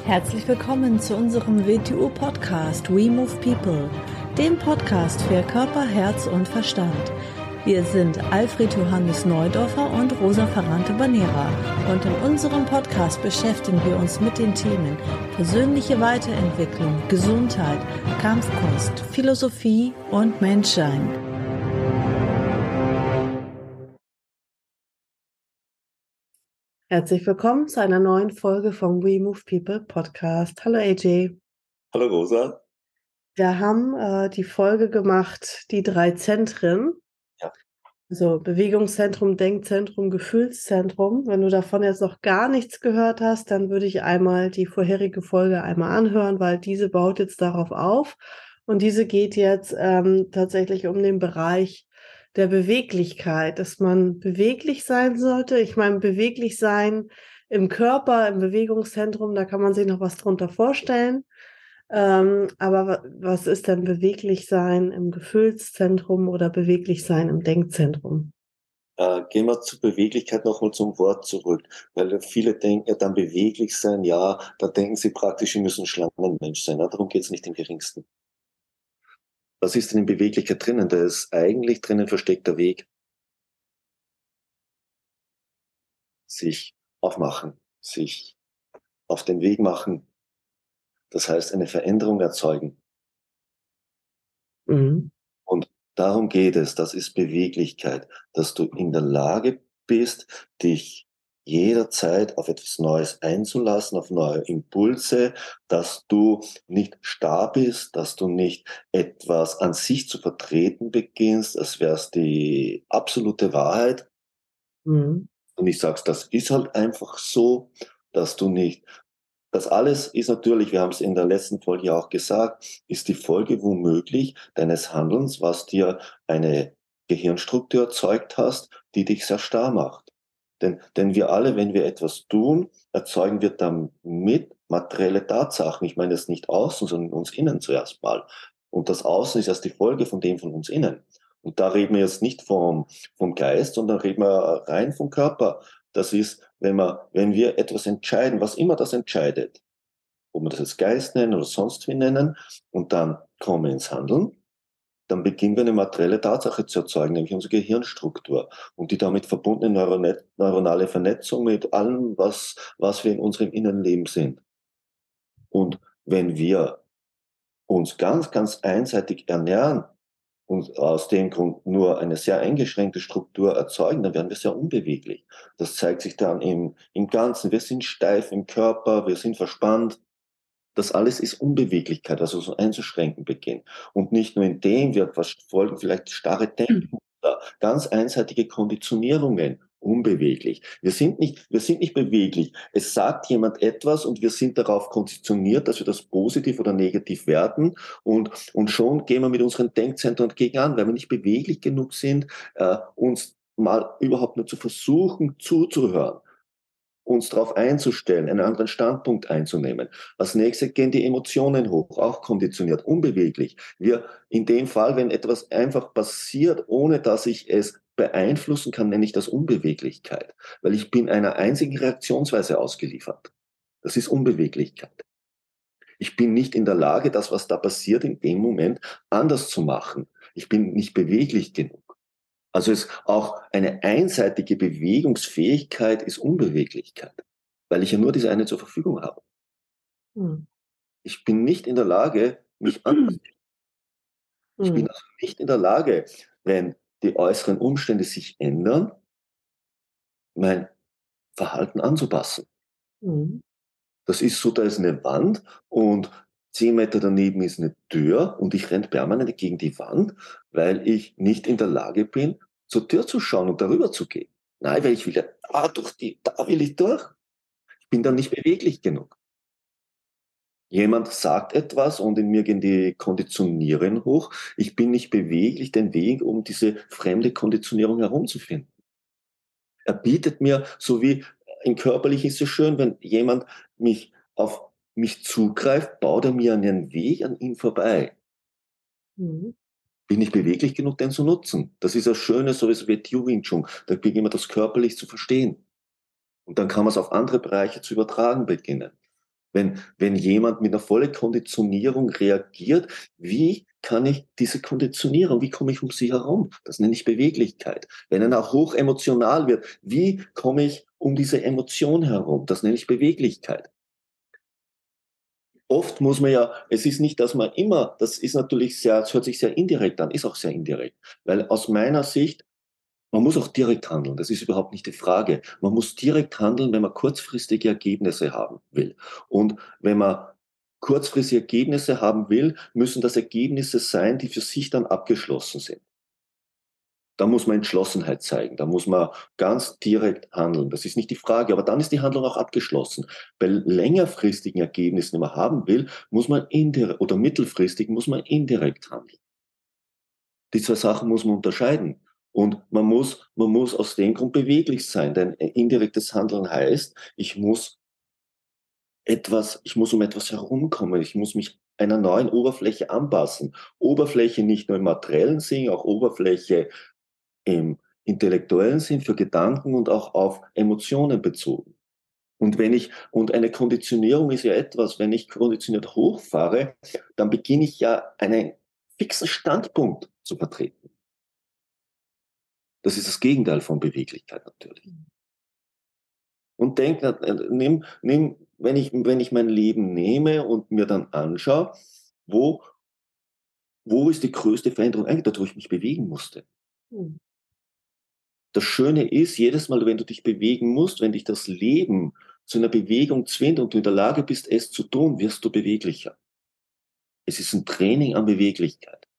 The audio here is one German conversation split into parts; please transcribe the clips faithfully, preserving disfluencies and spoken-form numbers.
Herzlich willkommen zu unserem W T U-Podcast We Move People, dem Podcast für Körper, Herz und Verstand. Wir sind Alfred Johannes Neudorfer und Rosa Ferrante-Banera und in unserem Podcast beschäftigen wir uns mit den Themen persönliche Weiterentwicklung, Gesundheit, Kampfkunst, Philosophie und Menschsein. Herzlich willkommen zu einer neuen Folge vom We Move People Podcast. Hallo A J. Hallo Rosa. Wir haben äh, die Folge gemacht, die drei Zentren. Ja. Also Bewegungszentrum, Denkzentrum, Gefühlszentrum. Wenn du davon jetzt noch gar nichts gehört hast, dann würde ich einmal die vorherige Folge einmal anhören, weil diese baut jetzt darauf auf. Und diese geht jetzt ähm, tatsächlich um den Bereich der Beweglichkeit, dass man beweglich sein sollte. Ich meine, beweglich sein im Körper, im Bewegungszentrum, da kann man sich noch was drunter vorstellen. Ähm, aber was ist denn beweglich sein im Gefühlszentrum oder beweglich sein im Denkzentrum? Äh, gehen wir zur Beweglichkeit nochmal zum Wort zurück, weil viele denken ja dann beweglich sein, ja, da denken sie praktisch, sie müssen Schlangenmensch sein. Ja, darum geht es nicht im geringsten. Was ist denn in Beweglichkeit drinnen? Da ist eigentlich drinnen versteckter Weg. Sich aufmachen, sich auf den Weg machen. Das heißt, eine Veränderung erzeugen. Mhm. Und darum geht es, das ist Beweglichkeit, dass du in der Lage bist, dich jederzeit auf etwas Neues einzulassen, auf neue Impulse, dass du nicht starr bist, dass du nicht etwas an sich zu vertreten beginnst, als wäre es die absolute Wahrheit. Mhm. Und ich sag's, das ist halt einfach so, dass du nicht Das alles ist natürlich, wir haben es in der letzten Folge ja auch gesagt, ist die Folge womöglich deines Handelns, was dir eine Gehirnstruktur erzeugt hast, die dich sehr starr macht. Denn, denn wir alle, wenn wir etwas tun, erzeugen wir damit materielle Tatsachen. Ich meine jetzt nicht außen, sondern uns innen zuerst mal. Und das Außen ist erst die Folge von dem von uns innen. Und da reden wir jetzt nicht vom, vom Geist, sondern reden wir rein vom Körper. Das ist, wenn wir, wenn wir etwas entscheiden, was immer das entscheidet, ob wir das jetzt Geist nennen oder sonst wie nennen, und dann kommen wir ins Handeln, dann beginnen wir eine materielle Tatsache zu erzeugen, nämlich unsere Gehirnstruktur und die damit verbundene neuronale Vernetzung mit allem, was, was wir in unserem Innenleben sind. Und wenn wir uns ganz, ganz einseitig ernähren und aus dem Grund nur eine sehr eingeschränkte Struktur erzeugen, dann werden wir sehr unbeweglich. Das zeigt sich dann im, im Ganzen. Wir sind steif im Körper, wir sind verspannt. Das alles ist Unbeweglichkeit, also so einzuschränken beginnt. Und nicht nur in dem wird was folgen, vielleicht starre Denkmuster, ganz einseitige Konditionierungen, unbeweglich. Wir sind nicht, wir sind nicht beweglich. Es sagt jemand etwas und wir sind darauf konditioniert, dass wir das positiv oder negativ werten und, und schon gehen wir mit unseren Denkzentren gegen an, weil wir nicht beweglich genug sind, äh, uns mal überhaupt nur zu versuchen zuzuhören, uns darauf einzustellen, einen anderen Standpunkt einzunehmen. Als nächstes gehen die Emotionen hoch, auch konditioniert, unbeweglich. Wir, in dem Fall, wenn etwas einfach passiert, ohne dass ich es beeinflussen kann, nenne ich das Unbeweglichkeit, weil ich bin einer einzigen Reaktionsweise ausgeliefert. Das ist Unbeweglichkeit. Ich bin nicht in der Lage, das, was da passiert, in dem Moment anders zu machen. Ich bin nicht beweglich genug. Also es auch eine einseitige Bewegungsfähigkeit ist Unbeweglichkeit, weil ich ja nur diese eine zur Verfügung habe. Mhm. Ich bin nicht in der Lage, mich anzupassen. Ich bin also nicht in der Lage, wenn die äußeren Umstände sich ändern, mein Verhalten anzupassen. Mhm. Das ist so, da ist eine Wand und zehn Meter daneben ist eine Tür und ich renne permanent gegen die Wand, weil ich nicht in der Lage bin, zur Tür zu schauen und darüber zu gehen. Nein, weil ich will ja da durch die, da will ich durch. Ich bin dann nicht beweglich genug. Jemand sagt etwas und in mir gehen die Konditionierungen hoch. Ich bin nicht beweglich den Weg, um diese fremde Konditionierung herumzufinden. Er bietet mir, so wie im Körperlichen ist es schön, wenn jemand mich auf mich zugreift, baut er mir einen Weg an ihm vorbei. Mhm. Bin ich beweglich genug, den zu nutzen? Das ist das Schöne, so wie Tiu Wing Chun. Da beginnt man das körperlich zu verstehen. Und dann kann man es auf andere Bereiche zu übertragen beginnen. Wenn, wenn jemand mit einer vollen Konditionierung reagiert, wie kann ich diese Konditionierung, wie komme ich um sie herum? Das nenne ich Beweglichkeit. Wenn einer hoch emotional wird, wie komme ich um diese Emotion herum? Das nenne ich Beweglichkeit. Oft muss man ja, es ist nicht, dass man immer, das ist natürlich sehr, es hört sich sehr indirekt an, ist auch sehr indirekt. Weil aus meiner Sicht, man muss auch direkt handeln, das ist überhaupt nicht die Frage. Man muss direkt handeln, wenn man kurzfristige Ergebnisse haben will. Und wenn man kurzfristige Ergebnisse haben will, müssen das Ergebnisse sein, die für sich dann abgeschlossen sind. Da muss man Entschlossenheit zeigen, da muss man ganz direkt handeln. Das ist nicht die Frage, aber dann ist die Handlung auch abgeschlossen. Bei längerfristigen Ergebnissen, die man haben will, muss man indirekt, oder mittelfristig muss man indirekt handeln. Die zwei Sachen muss man unterscheiden. Und man muss, man muss aus dem Grund beweglich sein, denn indirektes Handeln heißt, ich muss etwas, ich muss um etwas herumkommen, ich muss mich einer neuen Oberfläche anpassen. Oberfläche nicht nur im materiellen Sinn, auch Oberfläche im intellektuellen Sinn für Gedanken und auch auf Emotionen bezogen. Und wenn ich, und eine Konditionierung ist ja etwas, wenn ich konditioniert hochfahre, dann beginne ich ja einen fixen Standpunkt zu vertreten. Das ist das Gegenteil von Beweglichkeit natürlich. Und denk, nimm, nimm, wenn ich, wenn ich mein Leben nehme und mir dann anschaue, wo, wo ist die größte Veränderung eigentlich, dadurch ich mich bewegen musste. Hm. Das Schöne ist, jedes Mal, wenn du dich bewegen musst, wenn dich das Leben zu einer Bewegung zwingt und du in der Lage bist, es zu tun, wirst du beweglicher. Es ist ein Training an Beweglichkeit.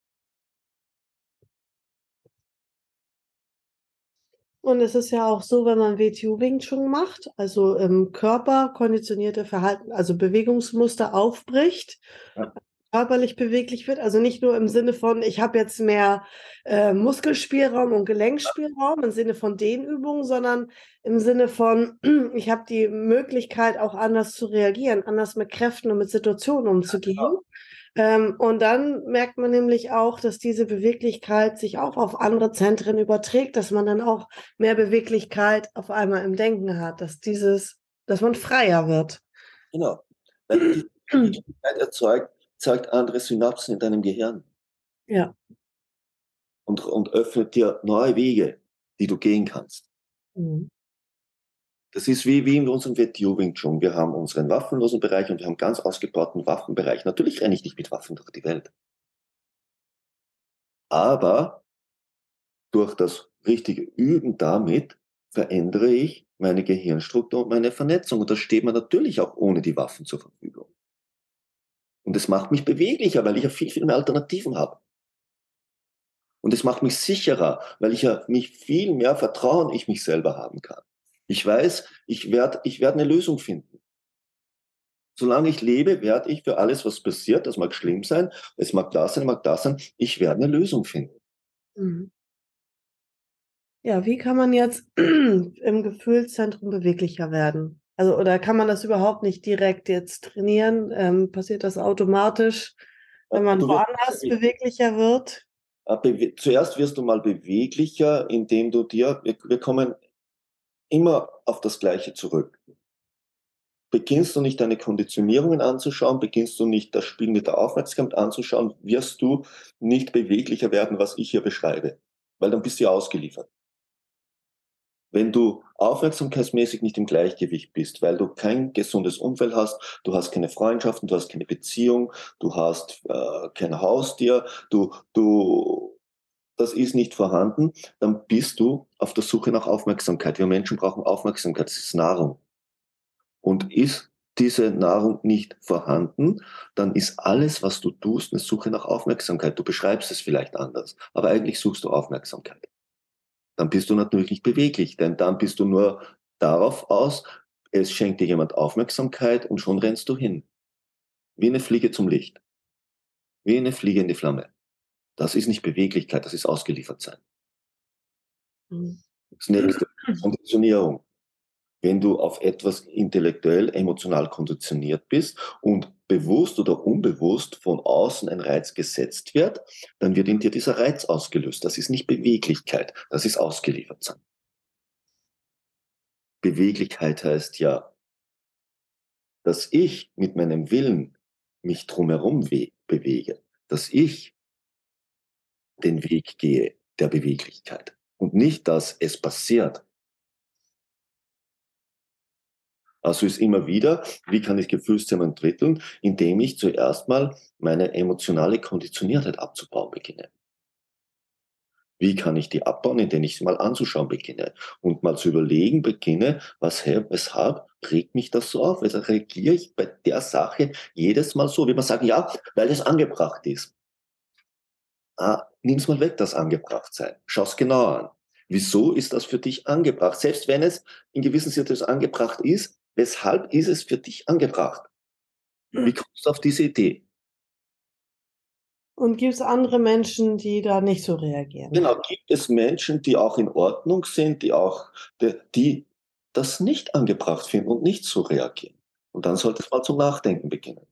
Und es ist ja auch so, wenn man W T U Wing Chun macht, also im Körper konditionierte Verhalten, also Bewegungsmuster aufbricht, Ja. körperlich beweglich wird, also nicht nur im Sinne von, ich habe jetzt mehr äh, Muskelspielraum und Gelenkspielraum im Sinne von Dehnübungen, sondern im Sinne von, ich habe die Möglichkeit auch anders zu reagieren, anders mit Kräften und mit Situationen umzugehen. Ja, ähm, und dann merkt man nämlich auch, dass diese Beweglichkeit sich auch auf andere Zentren überträgt, dass man dann auch mehr Beweglichkeit auf einmal im Denken hat, dass dieses, dass man freier wird. Genau. Die Beweglichkeit erzeugt, erzeugt andere Synapsen in deinem Gehirn. Ja. Und, und öffnet dir neue Wege, die du gehen kannst. Mhm. Das ist wie, wie in unserem W T U Wing Chun. Wir haben unseren waffenlosen Bereich und wir haben ganz ausgebauten Waffenbereich. Natürlich renne ich nicht mit Waffen durch die Welt. Aber durch das richtige Üben damit verändere ich meine Gehirnstruktur und meine Vernetzung. Und das steht mir natürlich auch ohne die Waffen zur Verfügung. Und es macht mich beweglicher, weil ich ja viel, viel mehr Alternativen habe. Und es macht mich sicherer, weil ich ja mich viel mehr Vertrauen ich mich selber haben kann. Ich weiß, ich werde ich werd eine Lösung finden. Solange ich lebe, werde ich für alles, was passiert, das mag schlimm sein, es mag das sein, mag das sein, ich werde eine Lösung finden. Mhm. Ja, wie kann man jetzt im Gefühlszentrum beweglicher werden? Also, oder kann man das überhaupt nicht direkt jetzt trainieren? Ähm, passiert das automatisch, wenn man Du wirst, woanders beweglicher wird? zuerst wirst du mal beweglicher, indem du dir, wir, wir kommen immer auf das Gleiche zurück. Beginnst du nicht deine Konditionierungen anzuschauen, beginnst du nicht das Spiel mit der Aufmerksamkeit anzuschauen, wirst du nicht beweglicher werden, was ich hier beschreibe. Weil dann bist du ja ausgeliefert. Wenn du aufmerksamkeitsmäßig nicht im Gleichgewicht bist, weil du kein gesundes Umfeld hast, du hast keine Freundschaften, du hast keine Beziehung, du hast äh, kein Haustier, du, du, das ist nicht vorhanden, dann bist du auf der Suche nach Aufmerksamkeit. Wir Menschen brauchen Aufmerksamkeit, das ist Nahrung. Und ist diese Nahrung nicht vorhanden, dann ist alles, was du tust, eine Suche nach Aufmerksamkeit. Du beschreibst es vielleicht anders, aber eigentlich suchst du Aufmerksamkeit. Dann bist du natürlich nicht beweglich, denn dann bist du nur darauf aus, es schenkt dir jemand Aufmerksamkeit und schon rennst du hin. Wie eine Fliege zum Licht. Wie eine Fliege in die Flamme. Das ist nicht Beweglichkeit, das ist ausgeliefert sein. Das nächste, Konditionierung. Wenn du auf etwas intellektuell, emotional konditioniert bist und bewusst oder unbewusst von außen ein Reiz gesetzt wird, dann wird in dir dieser Reiz ausgelöst. Das ist nicht Beweglichkeit, das ist ausgeliefert sein. Beweglichkeit heißt ja dass ich mit meinem Willen mich drumherum bewege, dass ich den Weg gehe der Beweglichkeit und nicht, dass es passiert. Also ist immer wieder, wie kann ich Gefühlszentren entwickeln, indem ich zuerst mal meine emotionale Konditioniertheit abzubauen beginne. Wie kann ich die abbauen, indem ich sie mal anzuschauen beginne und mal zu überlegen beginne, was, weshalb regt mich das so auf? Weshalb reagiere ich bei der Sache jedes Mal so? Wie man sagen, ja, weil es angebracht ist. Ah, nimm's mal weg, das Angebrachtsein. Schau's genauer an. Wieso ist das für dich angebracht? Selbst wenn es in gewissen Situationen angebracht ist, weshalb ist es für dich angebracht? Wie kommst du auf diese Idee? Und gibt es andere Menschen, die da nicht so reagieren? Genau, gibt es Menschen, die auch in Ordnung sind, die auch, die, die das nicht angebracht finden und nicht so reagieren. Und dann sollte es mal zum Nachdenken beginnen.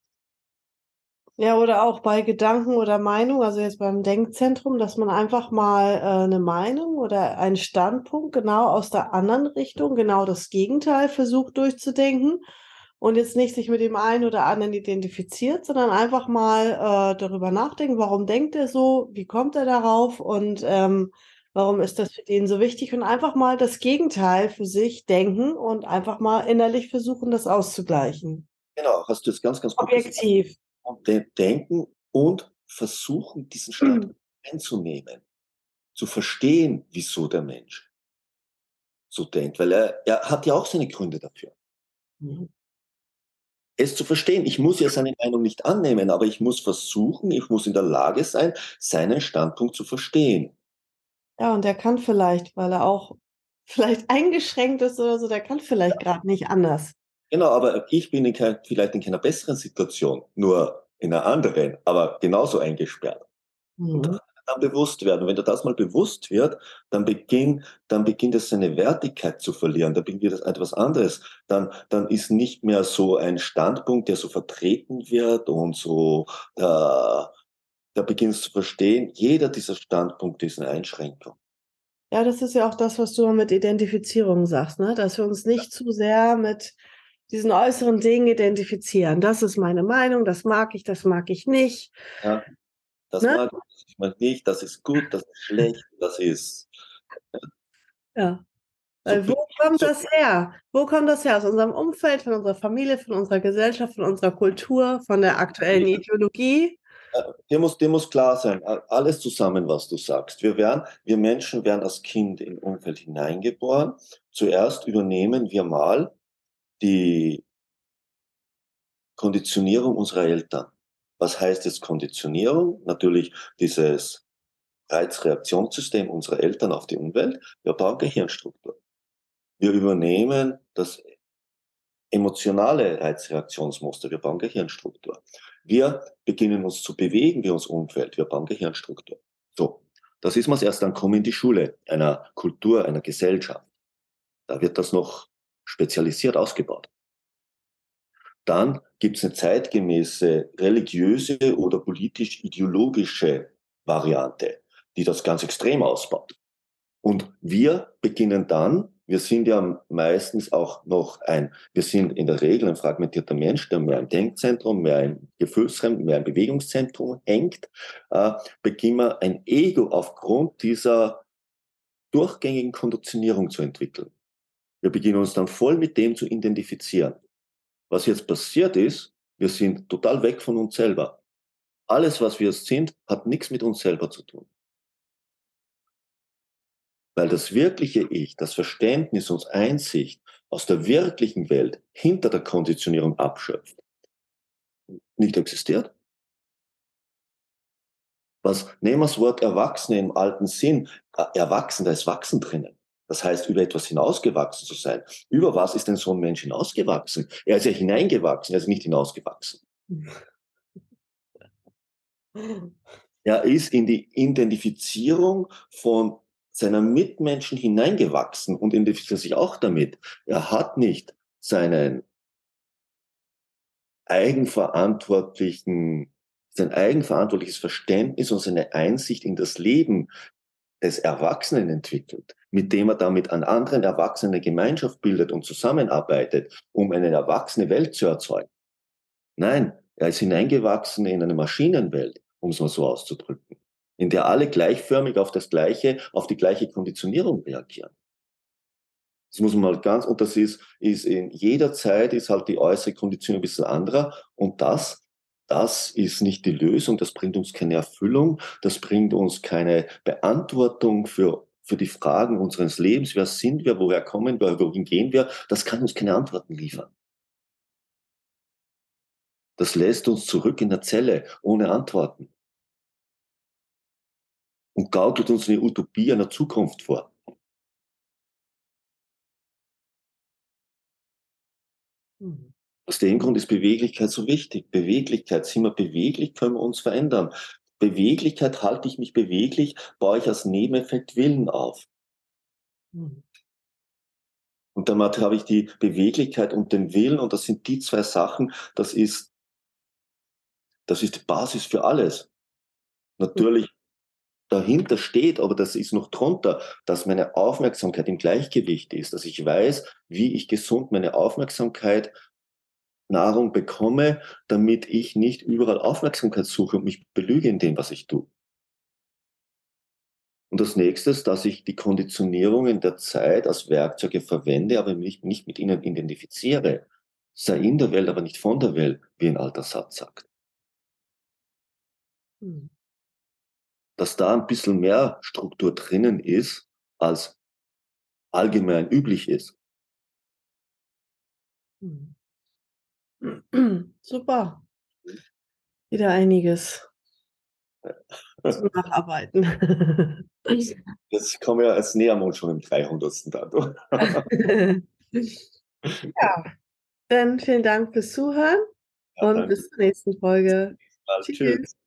Ja, oder auch bei Gedanken oder Meinung, also jetzt beim Denkzentrum, dass man einfach mal äh, eine Meinung oder einen Standpunkt genau aus der anderen Richtung, genau das Gegenteil versucht durchzudenken und jetzt nicht sich mit dem einen oder anderen identifiziert, sondern einfach mal äh, darüber nachdenken, warum denkt er so, wie kommt er darauf und ähm, warum ist das für den so wichtig und einfach mal das Gegenteil für sich denken und einfach mal innerlich versuchen, das auszugleichen. Genau, hast du jetzt ganz, ganz gut gesagt. Objektiv. Und de- denken und versuchen, diesen Standpunkt einzunehmen, zu verstehen, wieso der Mensch so denkt, weil er, er hat ja auch seine Gründe dafür. Mhm. Es zu verstehen, ich muss ja seine Meinung nicht annehmen, aber ich muss versuchen, ich muss in der Lage sein, seinen Standpunkt zu verstehen. Ja, und der kann vielleicht, weil er auch vielleicht eingeschränkt ist oder so, der kann vielleicht gerade nicht anders. Genau, aber ich bin in kein, vielleicht in keiner besseren Situation, nur in einer anderen, aber genauso eingesperrt. Und das Mhm. dann bewusst werden. Und wenn dir das mal bewusst wird, dann beginnt, dann beginnt es seine Wertigkeit zu verlieren. Dann beginnt es etwas anderes. Dann, dann ist nicht mehr so ein Standpunkt, der so vertreten wird und so, äh, da beginnst du zu verstehen, jeder dieser Standpunkte ist eine Einschränkung. Ja, das ist ja auch das, was du mit Identifizierung sagst, ne? Dass wir uns nicht zu sehr mit diesen äußeren Dingen identifizieren. Das ist meine Meinung, das mag ich, das mag ich nicht. Ja, das Ne? mag ich, das mag nicht, das ist gut, das ist schlecht, das ist Ja. so, Weil wo kommt so das her? Wo kommt das her? Aus unserem Umfeld, von unserer Familie, von unserer Gesellschaft, von unserer Kultur, von der aktuellen Ideologie? dir muss, dir muss klar sein, alles zusammen, was du sagst. Wir werden, wir Menschen werden als Kind in Umfeld hineingeboren. Zuerst übernehmen wir mal die Konditionierung unserer Eltern. Was heißt jetzt Konditionierung? Natürlich dieses Reizreaktionssystem unserer Eltern auf die Umwelt. Wir bauen Gehirnstruktur. Wir übernehmen das emotionale Reizreaktionsmuster. Wir bauen Gehirnstruktur. Wir beginnen uns zu bewegen wie unser Umfeld. Wir bauen Gehirnstruktur. So, das ist mal das Erste. Dann kommen wir in die Schule, einer Kultur, einer Gesellschaft. Da wird das noch spezialisiert ausgebaut. Dann gibt es eine zeitgemäße religiöse oder politisch-ideologische Variante, die das ganz extrem ausbaut. Und wir beginnen dann, wir sind ja meistens auch noch ein, wir sind in der Regel ein fragmentierter Mensch, der mehr im Denkzentrum, mehr im Gefühlszentrum, mehr im Bewegungszentrum hängt, äh, beginnen wir ein Ego aufgrund dieser durchgängigen Konditionierung zu entwickeln. Wir beginnen uns dann voll mit dem zu identifizieren. Was jetzt passiert ist, wir sind total weg von uns selber. Alles, was wir sind, hat nichts mit uns selber zu tun. Weil das wirkliche Ich, das Verständnis und Einsicht aus der wirklichen Welt hinter der Konditionierung abschöpft, nicht existiert. Was, nehmen wir das Wort Erwachsene im alten Sinn, äh, erwachsen, da ist Wachsen drinnen. Das heißt, über etwas hinausgewachsen zu sein. Über was ist denn so ein Mensch hinausgewachsen? Er ist ja hineingewachsen, er ist nicht hinausgewachsen. Er ist in die Identifizierung von seiner Mitmenschen hineingewachsen und identifiziert sich auch damit. Er hat nicht seinen eigenverantwortlichen, sein eigenverantwortliches Verständnis und seine Einsicht in das Leben des Erwachsenen entwickelt. mit dem er dann mit einer anderen erwachsenen Gemeinschaft bildet und zusammenarbeitet, um eine erwachsene Welt zu erzeugen. Nein, er ist hineingewachsen in eine Maschinenwelt, um es mal so auszudrücken, in der alle gleichförmig auf das Gleiche, auf die gleiche Konditionierung reagieren. Das muss man mal ganz, und das ist, ist in jeder Zeit ist halt die äußere Kondition ein bisschen anderer, und das, das ist nicht die Lösung, das bringt uns keine Erfüllung, das bringt uns keine Beantwortung für, für die Fragen unseres Lebens, wer sind wir, woher kommen wir, wohin gehen wir, das kann uns keine Antworten liefern. Das lässt uns zurück in der Zelle, ohne Antworten. Und gaukelt uns eine Utopie einer Zukunft vor. Mhm. Aus dem Grund ist Beweglichkeit so wichtig. Beweglichkeit, sind wir beweglich, können wir uns verändern. Beweglichkeit, halte ich mich beweglich, baue ich als Nebeneffekt Willen auf. Mhm. Und damit habe ich die Beweglichkeit und den Willen, und das sind die zwei Sachen, das ist, das ist die Basis für alles. Natürlich dahinter steht, aber das ist noch drunter, dass meine Aufmerksamkeit im Gleichgewicht ist, dass ich weiß, wie ich gesund meine Aufmerksamkeit, Nahrung bekomme, damit ich nicht überall Aufmerksamkeit suche und mich belüge in dem, was ich tue. Und das nächste ist, dass ich die Konditionierungen der Zeit als Werkzeuge verwende, aber mich nicht mit ihnen identifiziere. Sei in der Welt, aber nicht von der Welt, wie ein alter Satz sagt. Mhm. Dass da ein bisschen mehr Struktur drinnen ist, als allgemein üblich ist. Mhm. Super. Wieder einiges zum Nacharbeiten. Jetzt kommen wir als näher uns schon im dreihundertsten Datum. Ja, dann vielen Dank fürs Zuhören Ja, und danke. bis zur nächsten Folge. Tschüss. Tschüss.